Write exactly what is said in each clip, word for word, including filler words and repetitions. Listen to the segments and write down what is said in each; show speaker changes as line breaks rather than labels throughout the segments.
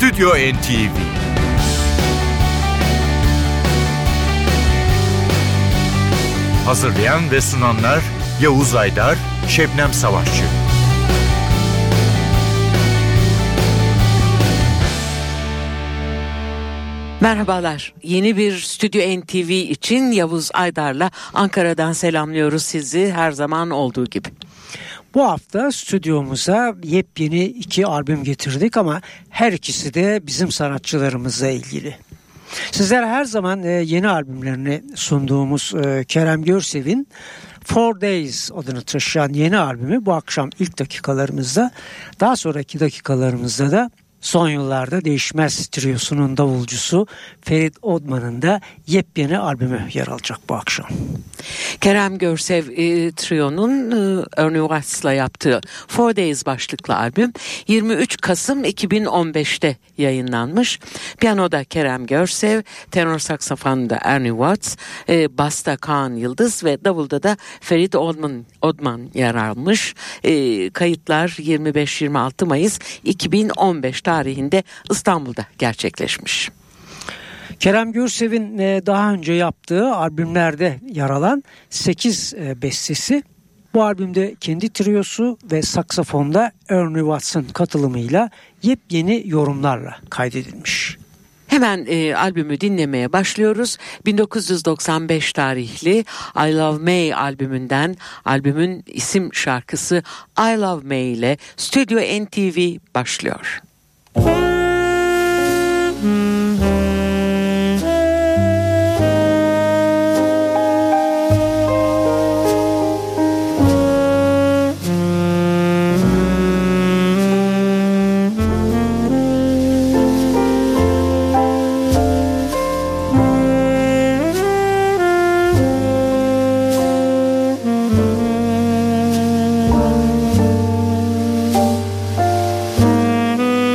Stüdyo N T V. Hazırlayan ve sunanlar Yavuz Aydar, Şebnem Savaşçı.
Merhabalar. Yeni bir Stüdyo N T V için Yavuz Aydar'la Ankara'dan selamlıyoruz sizi her zaman olduğu gibi.
Bu hafta stüdyomuza yepyeni iki albüm getirdik ama her ikisi de bizim sanatçılarımızla ilgili. Sizlere her zaman yeni albümlerini sunduğumuz Kerem Görsev'in Four Days adını taşıyan yeni albümü bu akşam ilk dakikalarımızda, daha sonraki dakikalarımızda da son yıllarda değişmez triosunun davulcusu Ferit Odman'ın da yepyeni albümü yer alacak bu akşam.
Kerem Görsev e, Trio'nun e, Ernie Watts'la yaptığı Four Days başlıklı albüm yirmi üç Kasım iki bin on beşte yayınlanmış. Piyanoda Kerem Görsev, tenor saksafonda Ernie Watts, e, basta Kaan Yıldız ve davulda da Ferit Odman, Odman yer almış. E, kayıtlar yirmi beş yirmi altı Mayıs iki bin on beş tarihinde İstanbul'da gerçekleşmiş.
Kerem Görsev'in daha önce yaptığı albümlerde yer alan sekiz bestesi bu albümde kendi triosu ve saksafonda Ernie Watts'ın katılımıyla yepyeni yorumlarla kaydedilmiş.
Hemen e, albümü dinlemeye başlıyoruz. bin dokuz yüz doksan beş tarihli I Love May albümünden albümün isim şarkısı I Love May ile Stüdyo N T V başlıyor.
Thank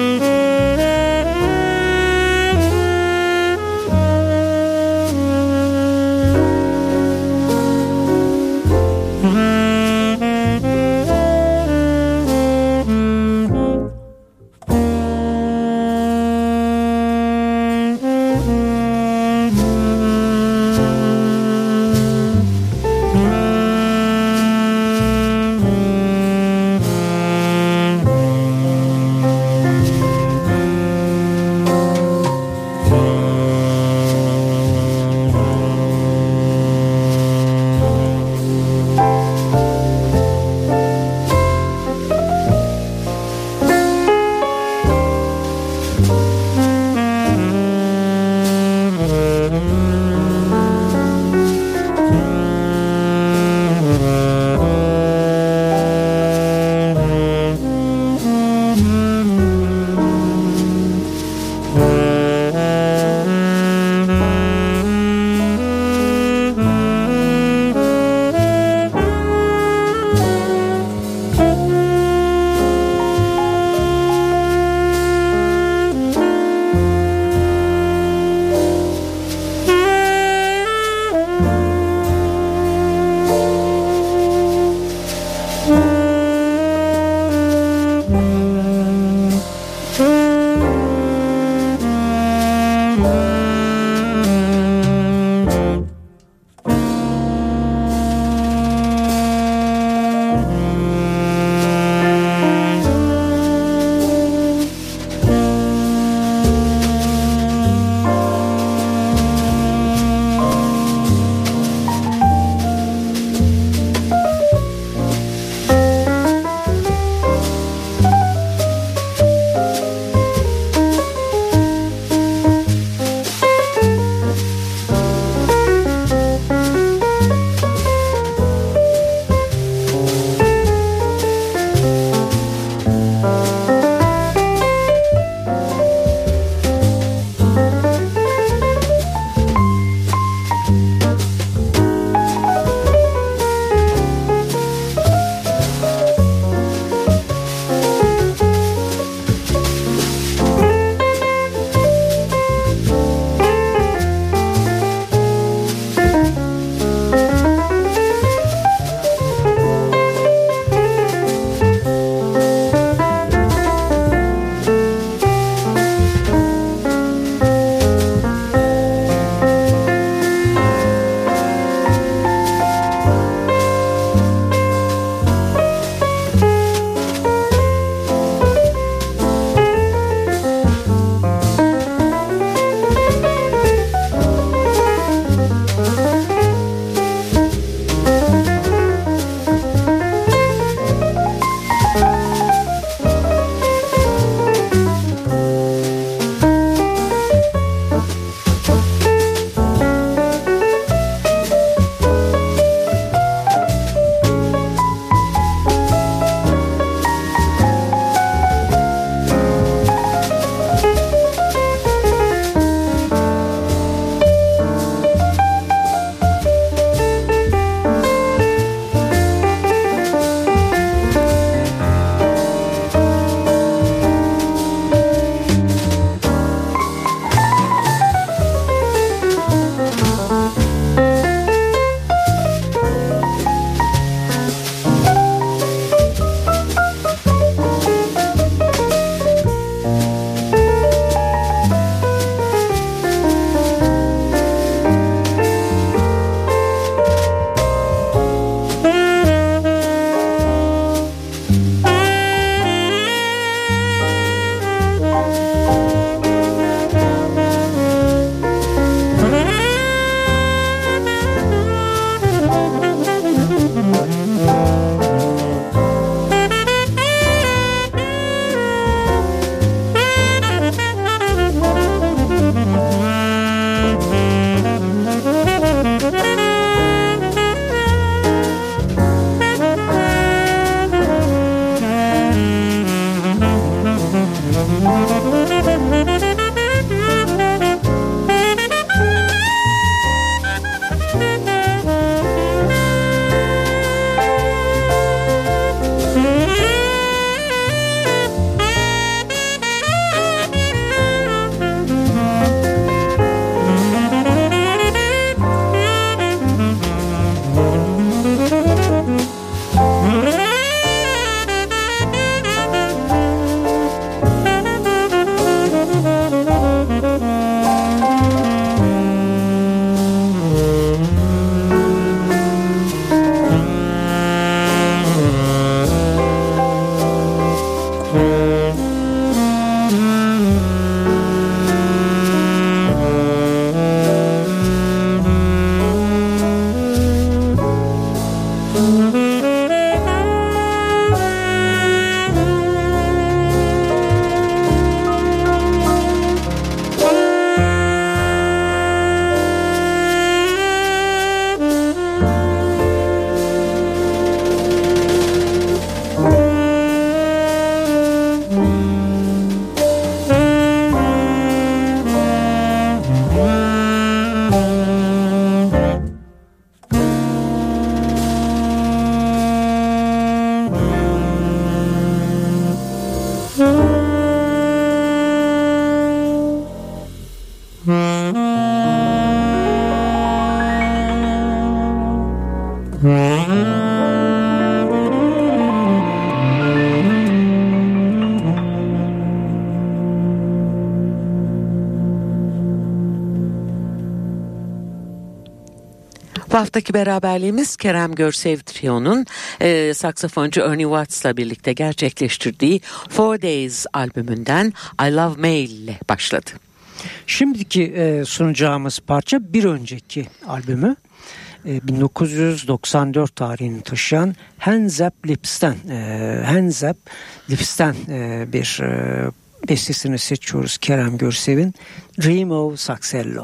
Bu haftaki beraberliğimiz Kerem Görsev Trio'nun e, saksafoncu Ernie Watts'la birlikte gerçekleştirdiği Four Days albümünden I Love Mail ile başladı.
Şimdiki e, sunacağımız parça bir önceki albümü e, bin dokuz yüz doksan dört tarihini taşıyan Hands Up Lips'ten e, Hands Up Lips'ten e, bir e, bestesini seçiyoruz Kerem Görsev'in Dream of Saxello.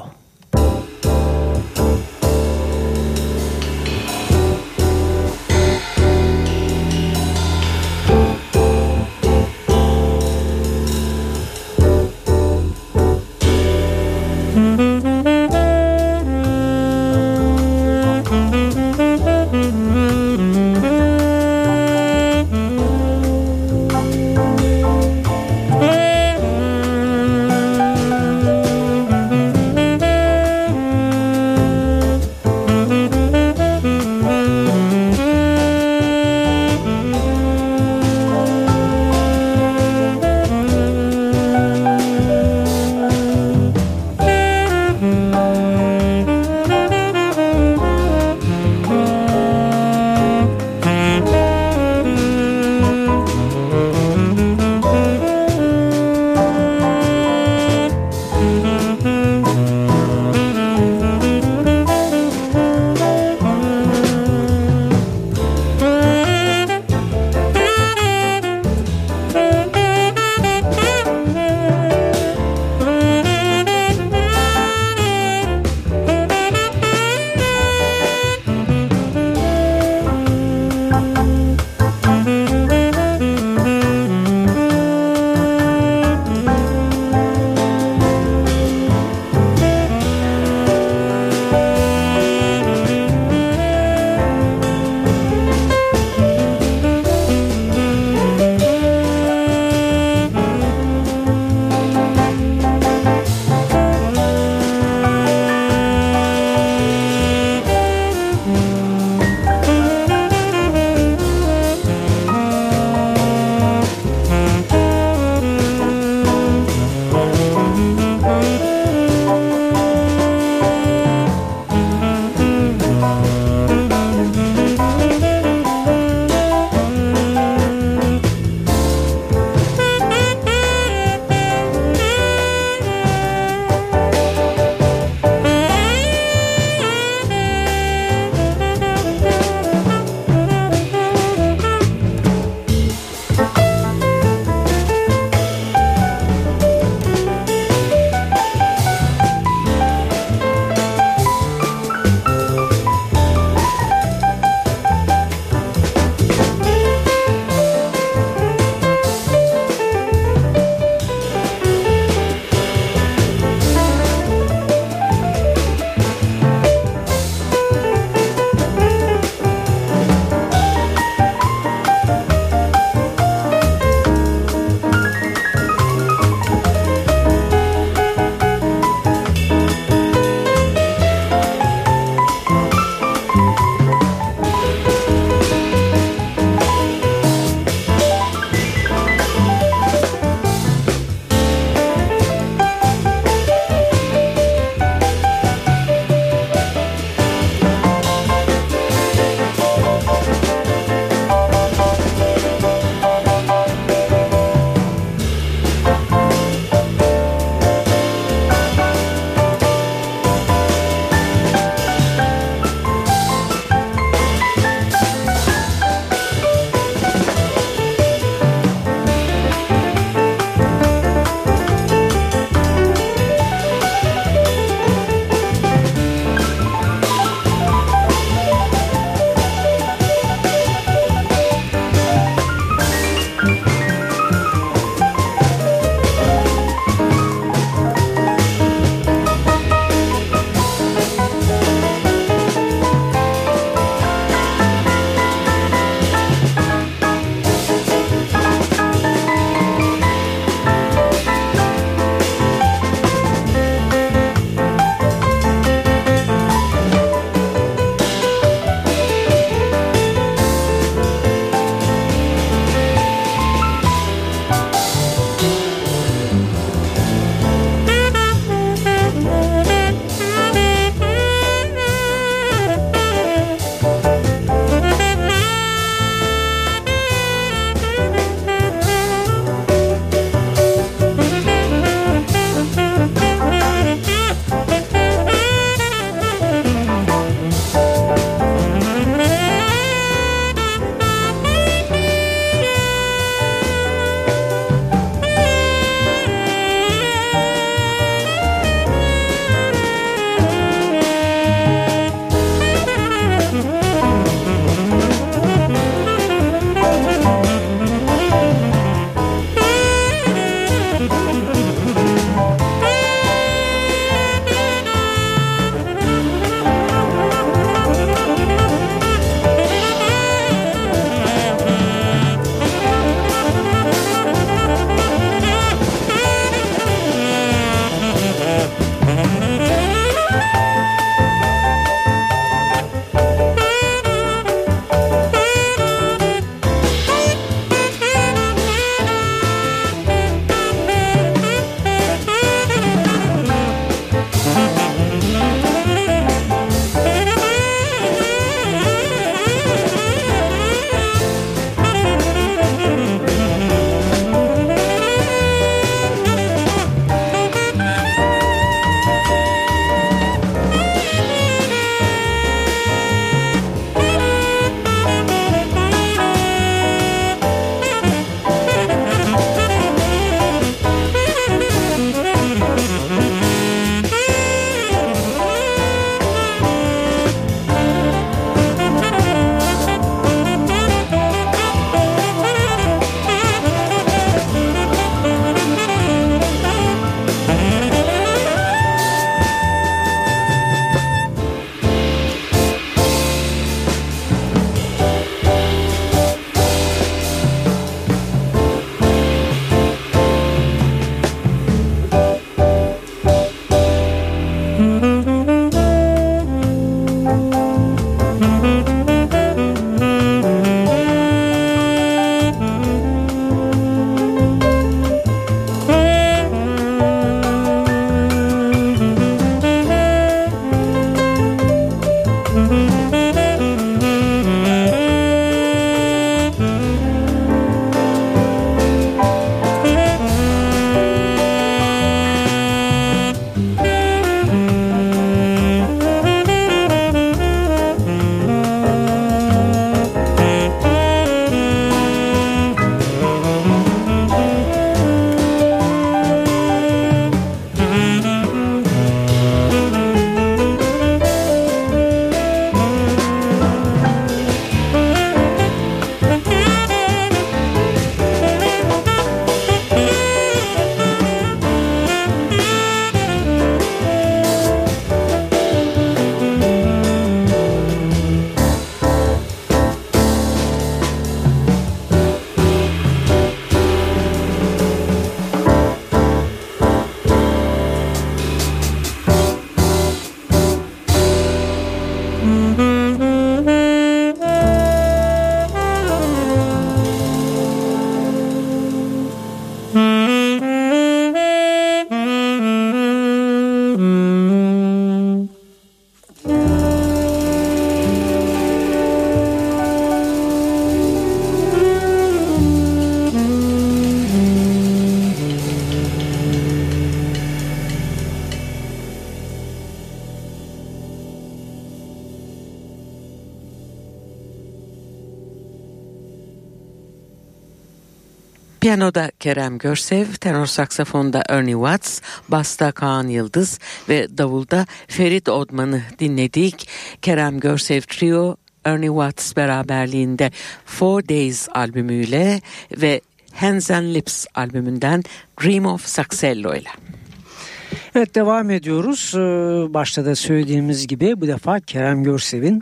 Piyanoda Kerem Görsev, tenor saksafonda Ernie Watts, basta Kaan Yıldız ve davulda Ferit Odman'ı dinledik. Kerem Görsev Trio, Ernie Watts beraberliğinde Four Days albümüyle ve Hands and Lips albümünden Dream of Saxello ile.
Evet, devam ediyoruz. Başta da söylediğimiz gibi bu defa Kerem Görsev'in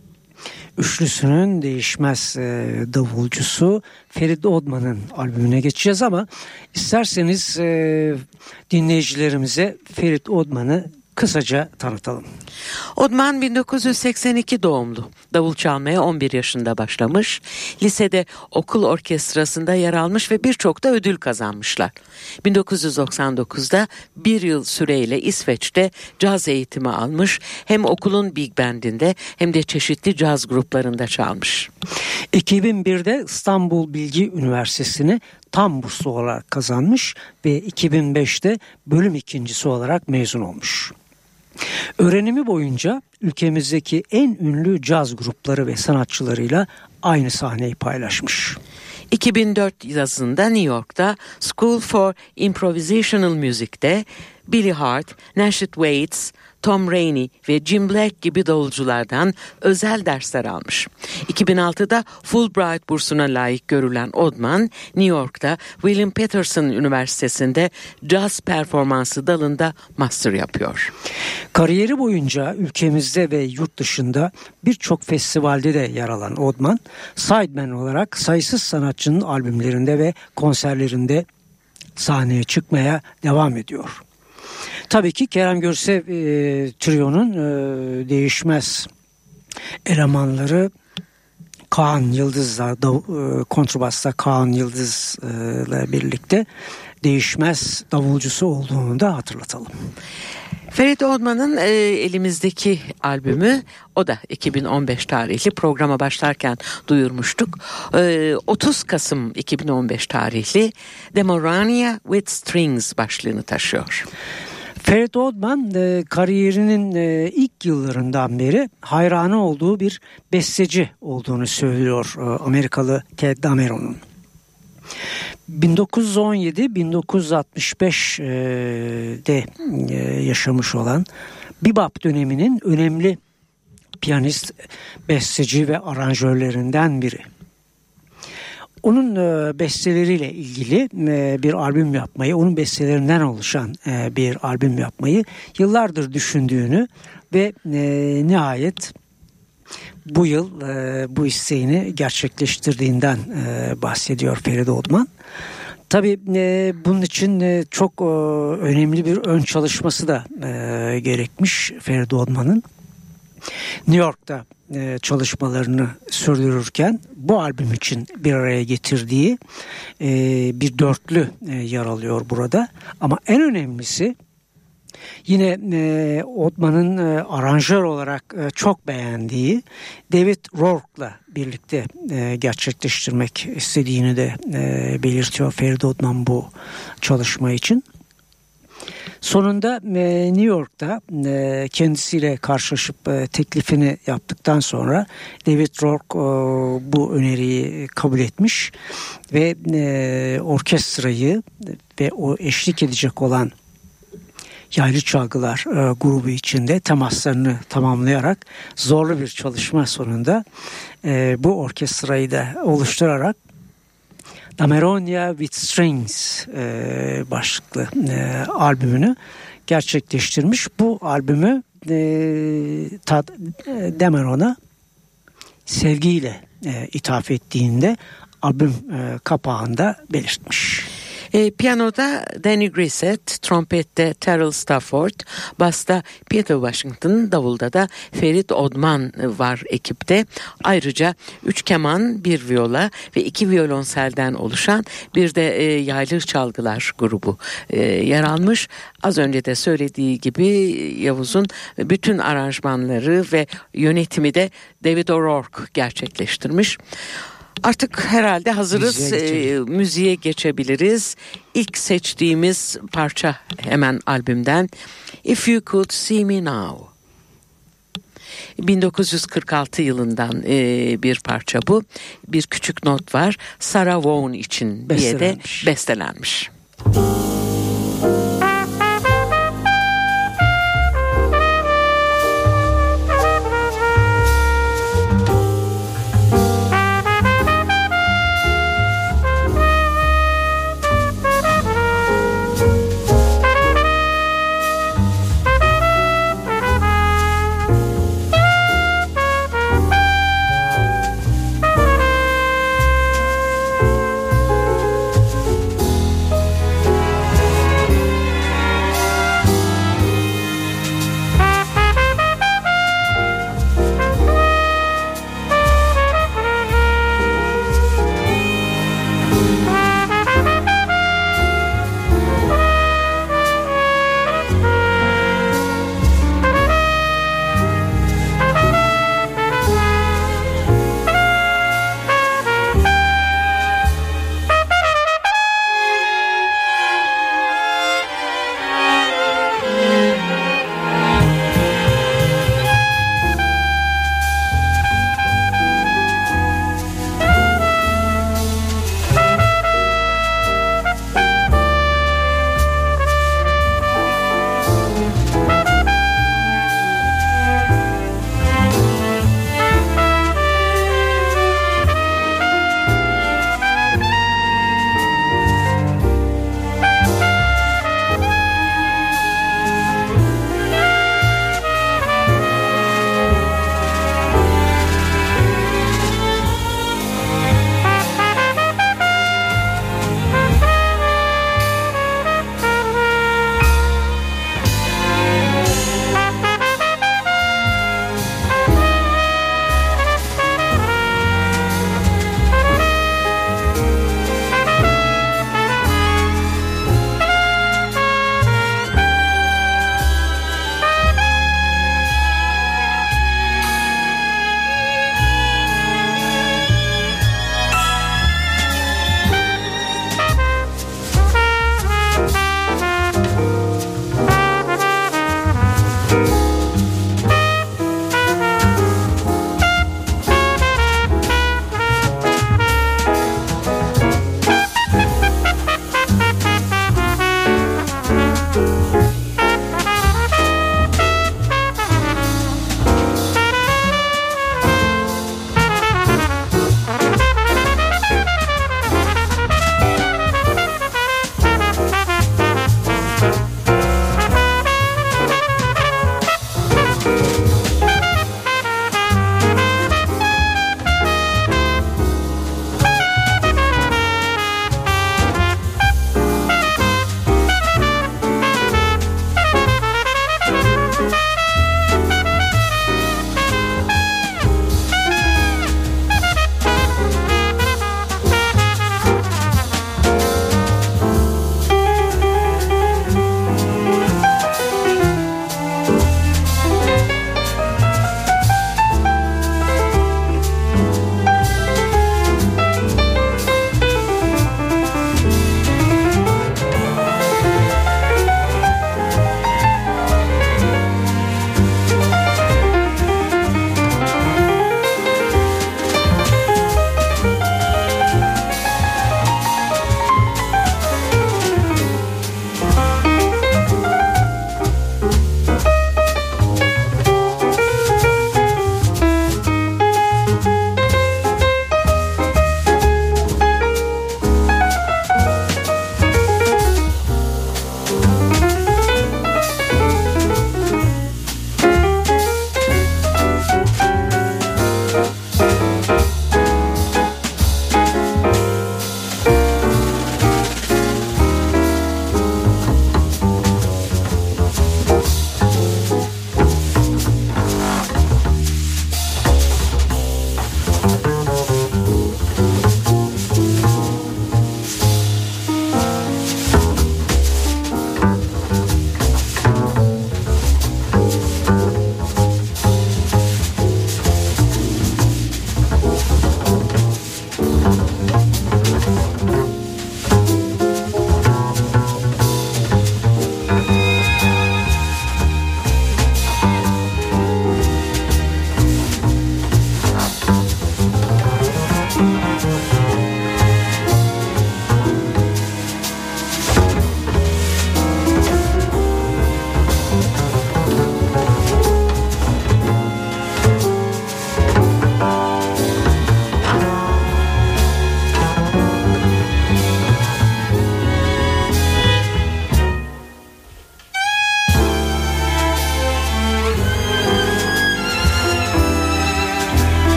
üçlüsünün değişmez davulcusu Ferit Odman'ın albümüne geçeceğiz ama isterseniz dinleyicilerimize Ferit Odman'ı kısaca tanıtalım.
Odman bin dokuz yüz seksen iki doğumlu. Davul çalmaya on bir yaşında başlamış. Lisede okul orkestrasında yer almış ve birçok da ödül kazanmışlar. bin dokuz yüz doksan dokuzda bir yıl süreyle İsveç'te caz eğitimi almış. Hem okulun Big Band'inde hem de çeşitli caz gruplarında çalmış.
iki bin birde İstanbul Bilgi Üniversitesi'ni tam burslu olarak kazanmış ve iki bin beşte bölüm ikincisi olarak mezun olmuş. Öğrenimi boyunca ülkemizdeki en ünlü caz grupları ve sanatçılarıyla aynı sahneyi paylaşmış.
iki bin dört yazında New York'ta School for Improvisational Music'te Billy Hart, Nashet Waits, Tom Rainey ve Jim Black gibi davulculardan özel dersler almış. iki bin altıda Fulbright bursuna layık görülen Odman, New York'ta William Patterson Üniversitesi'nde caz performansı dalında master yapıyor.
Kariyeri boyunca ülkemizde ve yurt dışında birçok festivalde de yer alan Odman, sideman olarak sayısız sanatçının albümlerinde ve konserlerinde sahneye çıkmaya devam ediyor. Tabii ki Kerem Görsev e, Trio'nun e, değişmez elemanları Kaan Yıldız'la, da, e, kontrbasta Kaan Yıldız'la birlikte değişmez davulcusu olduğunu da hatırlatalım.
Ferit Odman'ın e, elimizdeki albümü, o da iki bin on beş tarihli, programa başlarken duyurmuştuk. E, otuz Kasım iki bin on beş tarihli Demorania with Strings başlığını taşıyor.
Ferit Odman e, kariyerinin e, ilk yıllarından beri hayranı olduğu bir besteci olduğunu söylüyor e, Amerikalı Ted Dameron'un. bin dokuz yüz on yedi bin dokuz yüz altmış beş'de e, yaşamış olan bebop döneminin önemli piyanist, besteci ve aranjörlerinden biri. Onun e, besteleriyle ilgili e, bir albüm yapmayı, onun bestelerinden oluşan e, bir albüm yapmayı yıllardır düşündüğünü ve e, nihayet bu yıl e, bu isteğini gerçekleştirdiğinden e, bahsediyor Ferit Odman. Tabii e, bunun için e, çok e, önemli bir ön çalışması da e, gerekmiş Ferit Odman'ın. New York'ta e, çalışmalarını sürdürürken bu albüm için bir araya getirdiği e, bir dörtlü e, yer alıyor burada. Ama en önemlisi yine e, Odman'ın e, aranjör olarak e, çok beğendiği David Rourke'la birlikte e, gerçekleştirmek istediğini de e, belirtiyor Ferit Odman bu çalışma için. Sonunda e, New York'ta e, kendisiyle karşılaşıp e, teklifini yaptıktan sonra David Rourke e, bu öneriyi kabul etmiş ve e, orkestrayı ve o eşlik edecek olan yaylı çalgılar e, grubu içinde temaslarını tamamlayarak zorlu bir çalışma sonunda e, bu orkestrayı da oluşturarak Dameronia with Strings e, başlıklı e, albümünü gerçekleştirmiş. Bu albümü e, Tad e, Dameron'a sevgiyle e, ithaf ettiğinde albüm e, kapağında belirtmiş.
E, piyanoda Danny Grissett, trompette Terrell Stafford, basta Peter Washington, davulda da Ferit Odman var ekipte. Ayrıca üç keman, bir viola ve iki violonselden oluşan bir de e, yaylı çalgılar grubu e, yer almış. Az önce de söylediği gibi Yavuz'un bütün aranjmanları ve yönetimi de David O'Rourke gerçekleştirmiş. Artık herhalde hazırız, müziğe, e, müziğe geçebiliriz. İlk seçtiğimiz parça hemen albümden If You Could See Me Now. bin dokuz yüz kırk altı yılından e, bir parça bu. Bir küçük not var. Sarah Vaughan için diye de bestelenmiş.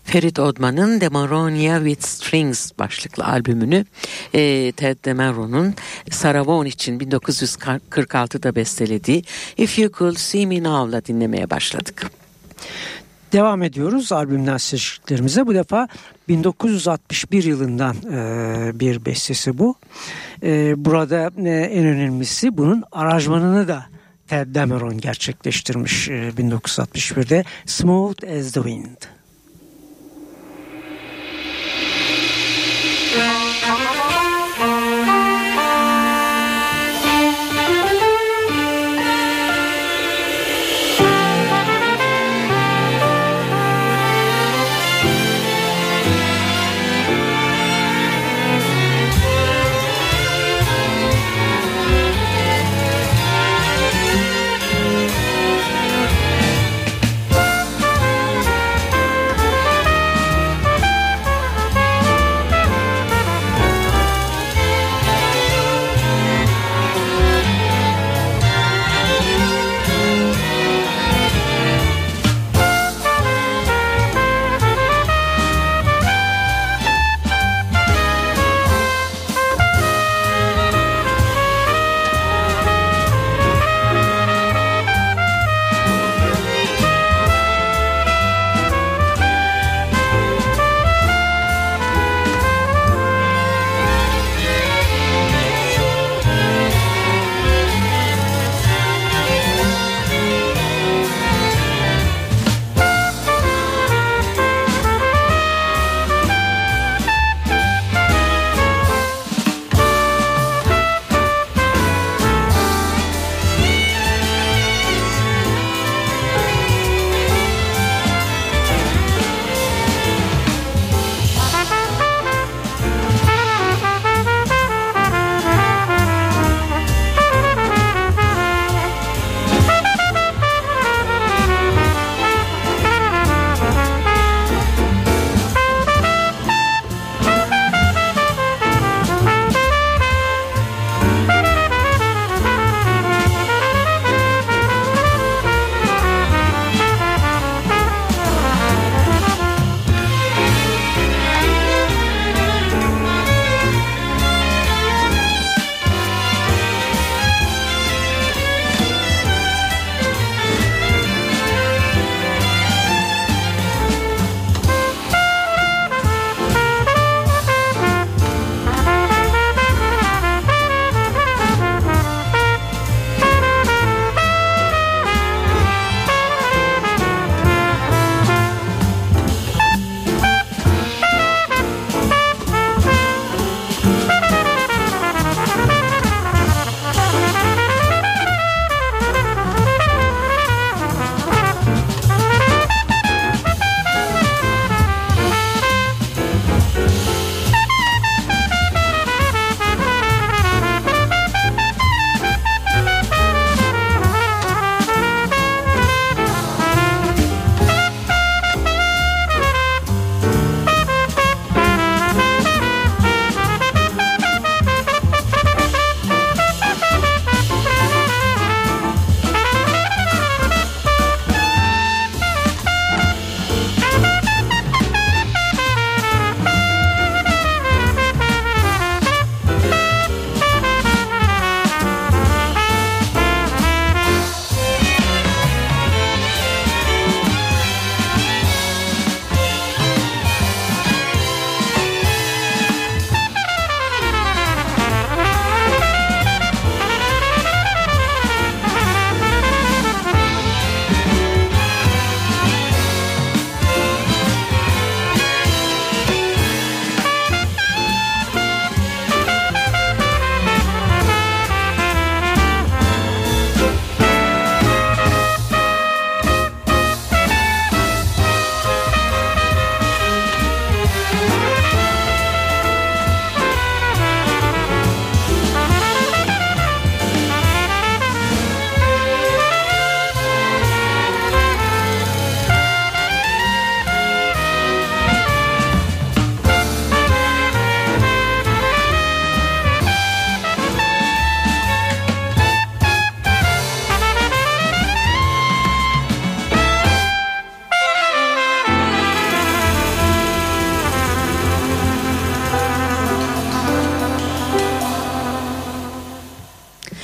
Ferit Odman'ın Demonia with Strings başlıklı albümünü e, Ted Demero'nun Sarah Vaughan için bin dokuz yüz kırk altıda bestelediği If You Could See Me Now'la dinlemeye başladık.
Devam ediyoruz albümden seçtiklerimize. Bu defa bin dokuz yüz altmış bir yılından e, bir bestesi bu. E, burada e, en önemlisi bunun aranjmanını da Ted Dameron gerçekleştirmiş e, bin dokuz yüz altmış birde Smooth as the Wind.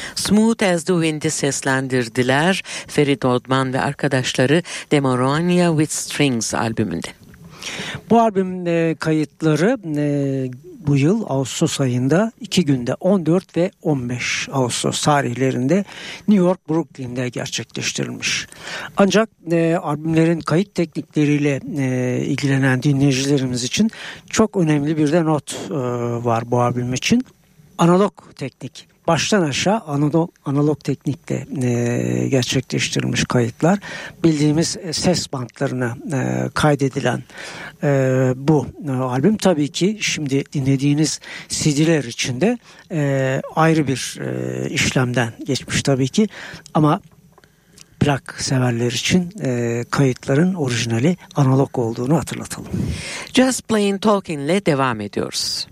Smooth as the Wind'i seslendirdiler Ferit Odman ve arkadaşları Demoronea with Strings albümünde.
Bu albüm e, kayıtları e, bu yıl Ağustos ayında iki günde on dört ve on beş Ağustos tarihlerinde New York, Brooklyn'de gerçekleştirilmiş. Ancak e, albümlerin kayıt teknikleriyle e, ilgilenen dinleyicilerimiz için çok önemli bir de not e, var bu albüm için. Analog teknik. Baştan aşağı analog, analog teknikle e, gerçekleştirilmiş kayıtlar. Bildiğimiz ses bantlarına e, kaydedilen e, bu e, albüm tabii ki şimdi dinlediğiniz C D'ler içinde e, ayrı bir e, işlemden geçmiş tabii ki. Ama plak severler için e, kayıtların orijinali analog olduğunu hatırlatalım.
Just Plain Talking ile devam ediyoruz.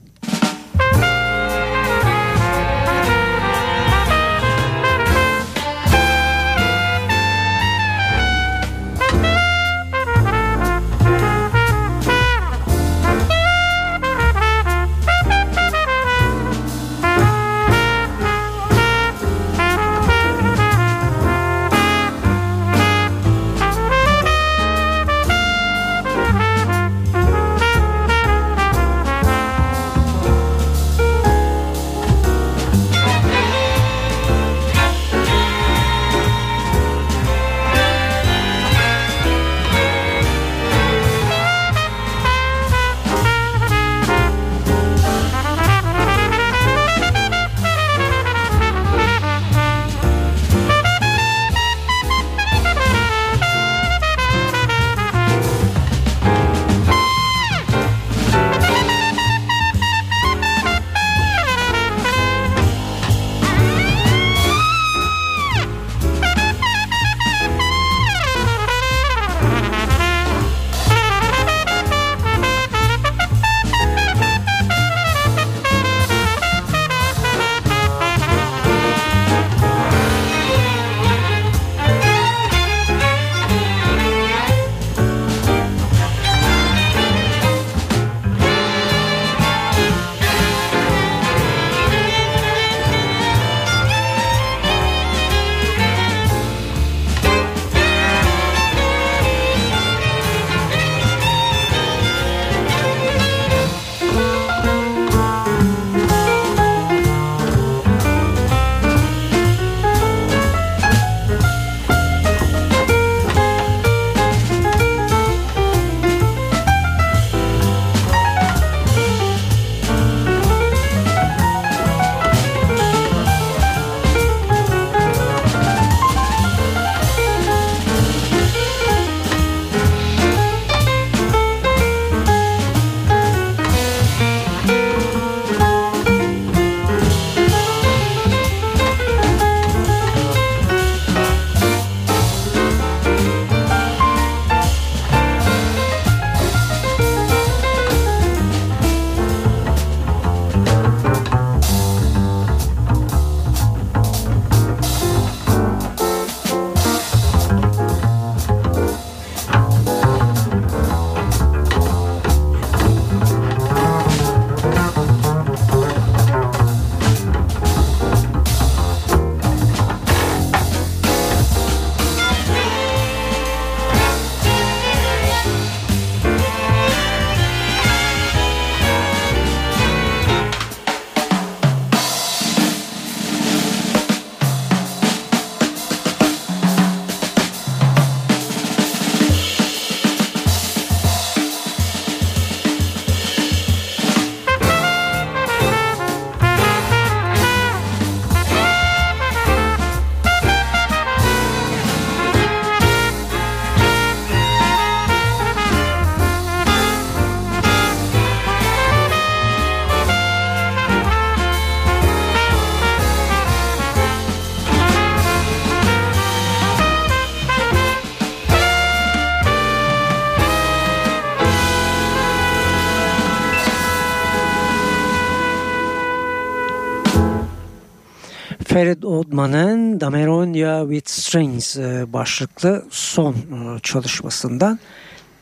Ferit Odman'ın Demoronea with Strings başlıklı son çalışmasından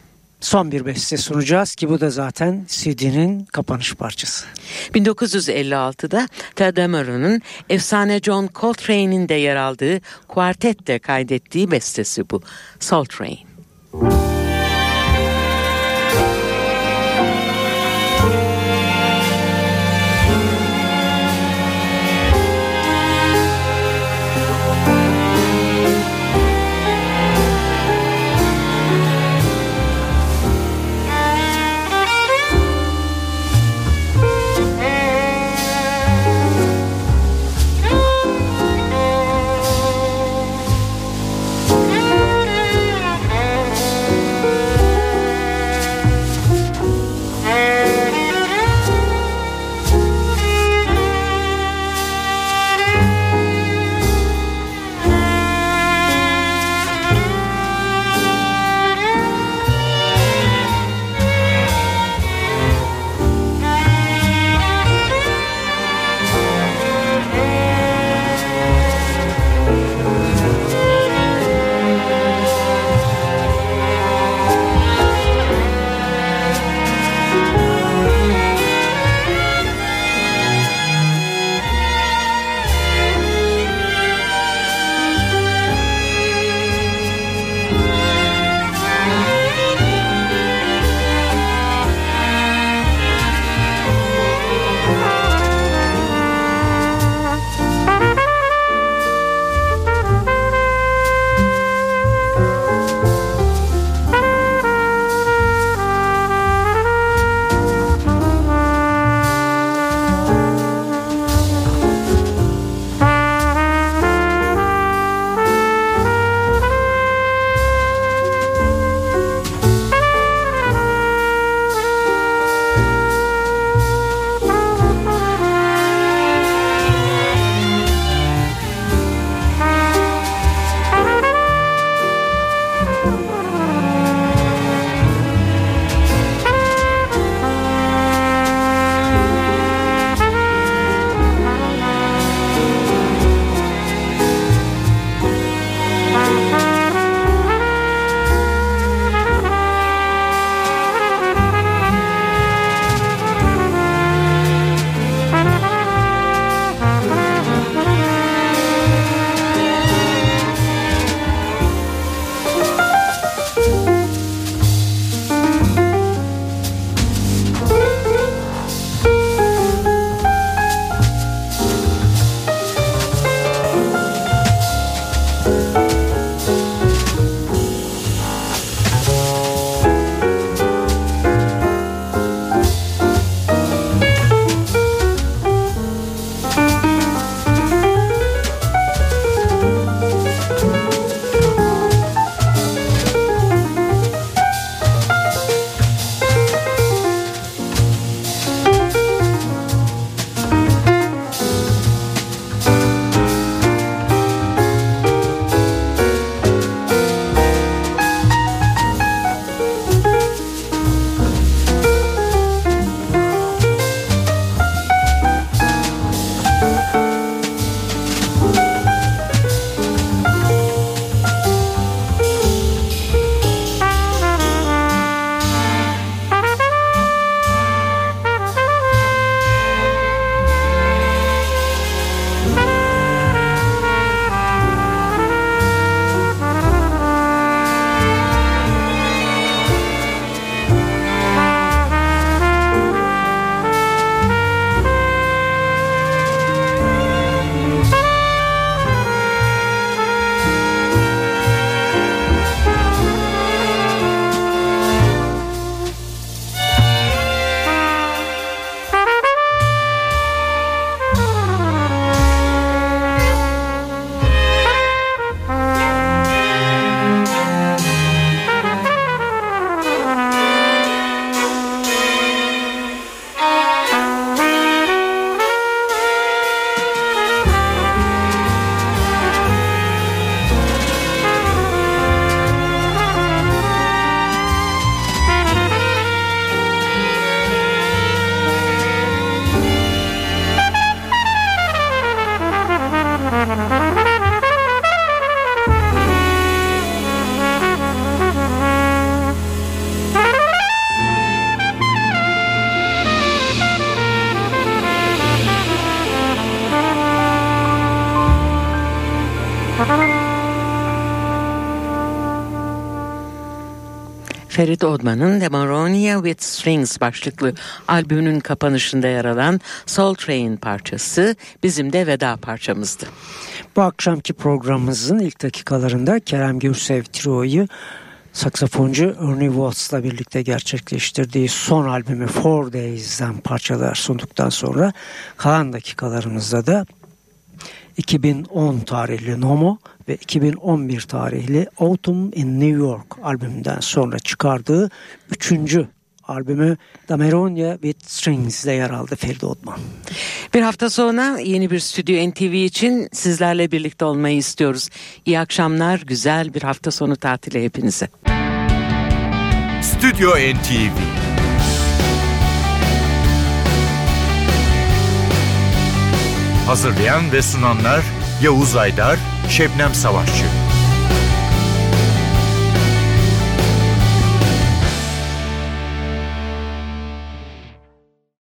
son bir beste sunacağız ki bu da zaten C D'nin kapanış parçası.
bin dokuz yüz elli altıda Ted Dameron'un efsane John Coltrane'in de yer aldığı kuartette kaydettiği bestesi bu, Soul Train. Ferit Odman'ın Demonia with Strings başlıklı albümünün kapanışında yer alan Soul Train parçası bizim de veda parçamızdı.
Bu akşamki programımızın ilk dakikalarında Kerem Gürsev Trio'yu saksafoncu Ernie Watts'la birlikte gerçekleştirdiği son albümü Four Days'den parçalar sunduktan sonra kalan dakikalarımızda da iki bin on tarihli Nomo ve iki bin on bir tarihli Autumn in New York albümünden sonra çıkardığı üçüncü albümü Dameronia with Strings ile yer aldı Ferit Odman.
Bir hafta sonra yeni bir Stüdyo N T V için sizlerle birlikte olmayı istiyoruz. İyi akşamlar, güzel bir hafta sonu tatili hepinize.
Stüdyo N T V Hazırlayan ve sunanlar Yavuz Aydar, Şebnem Savaşçı.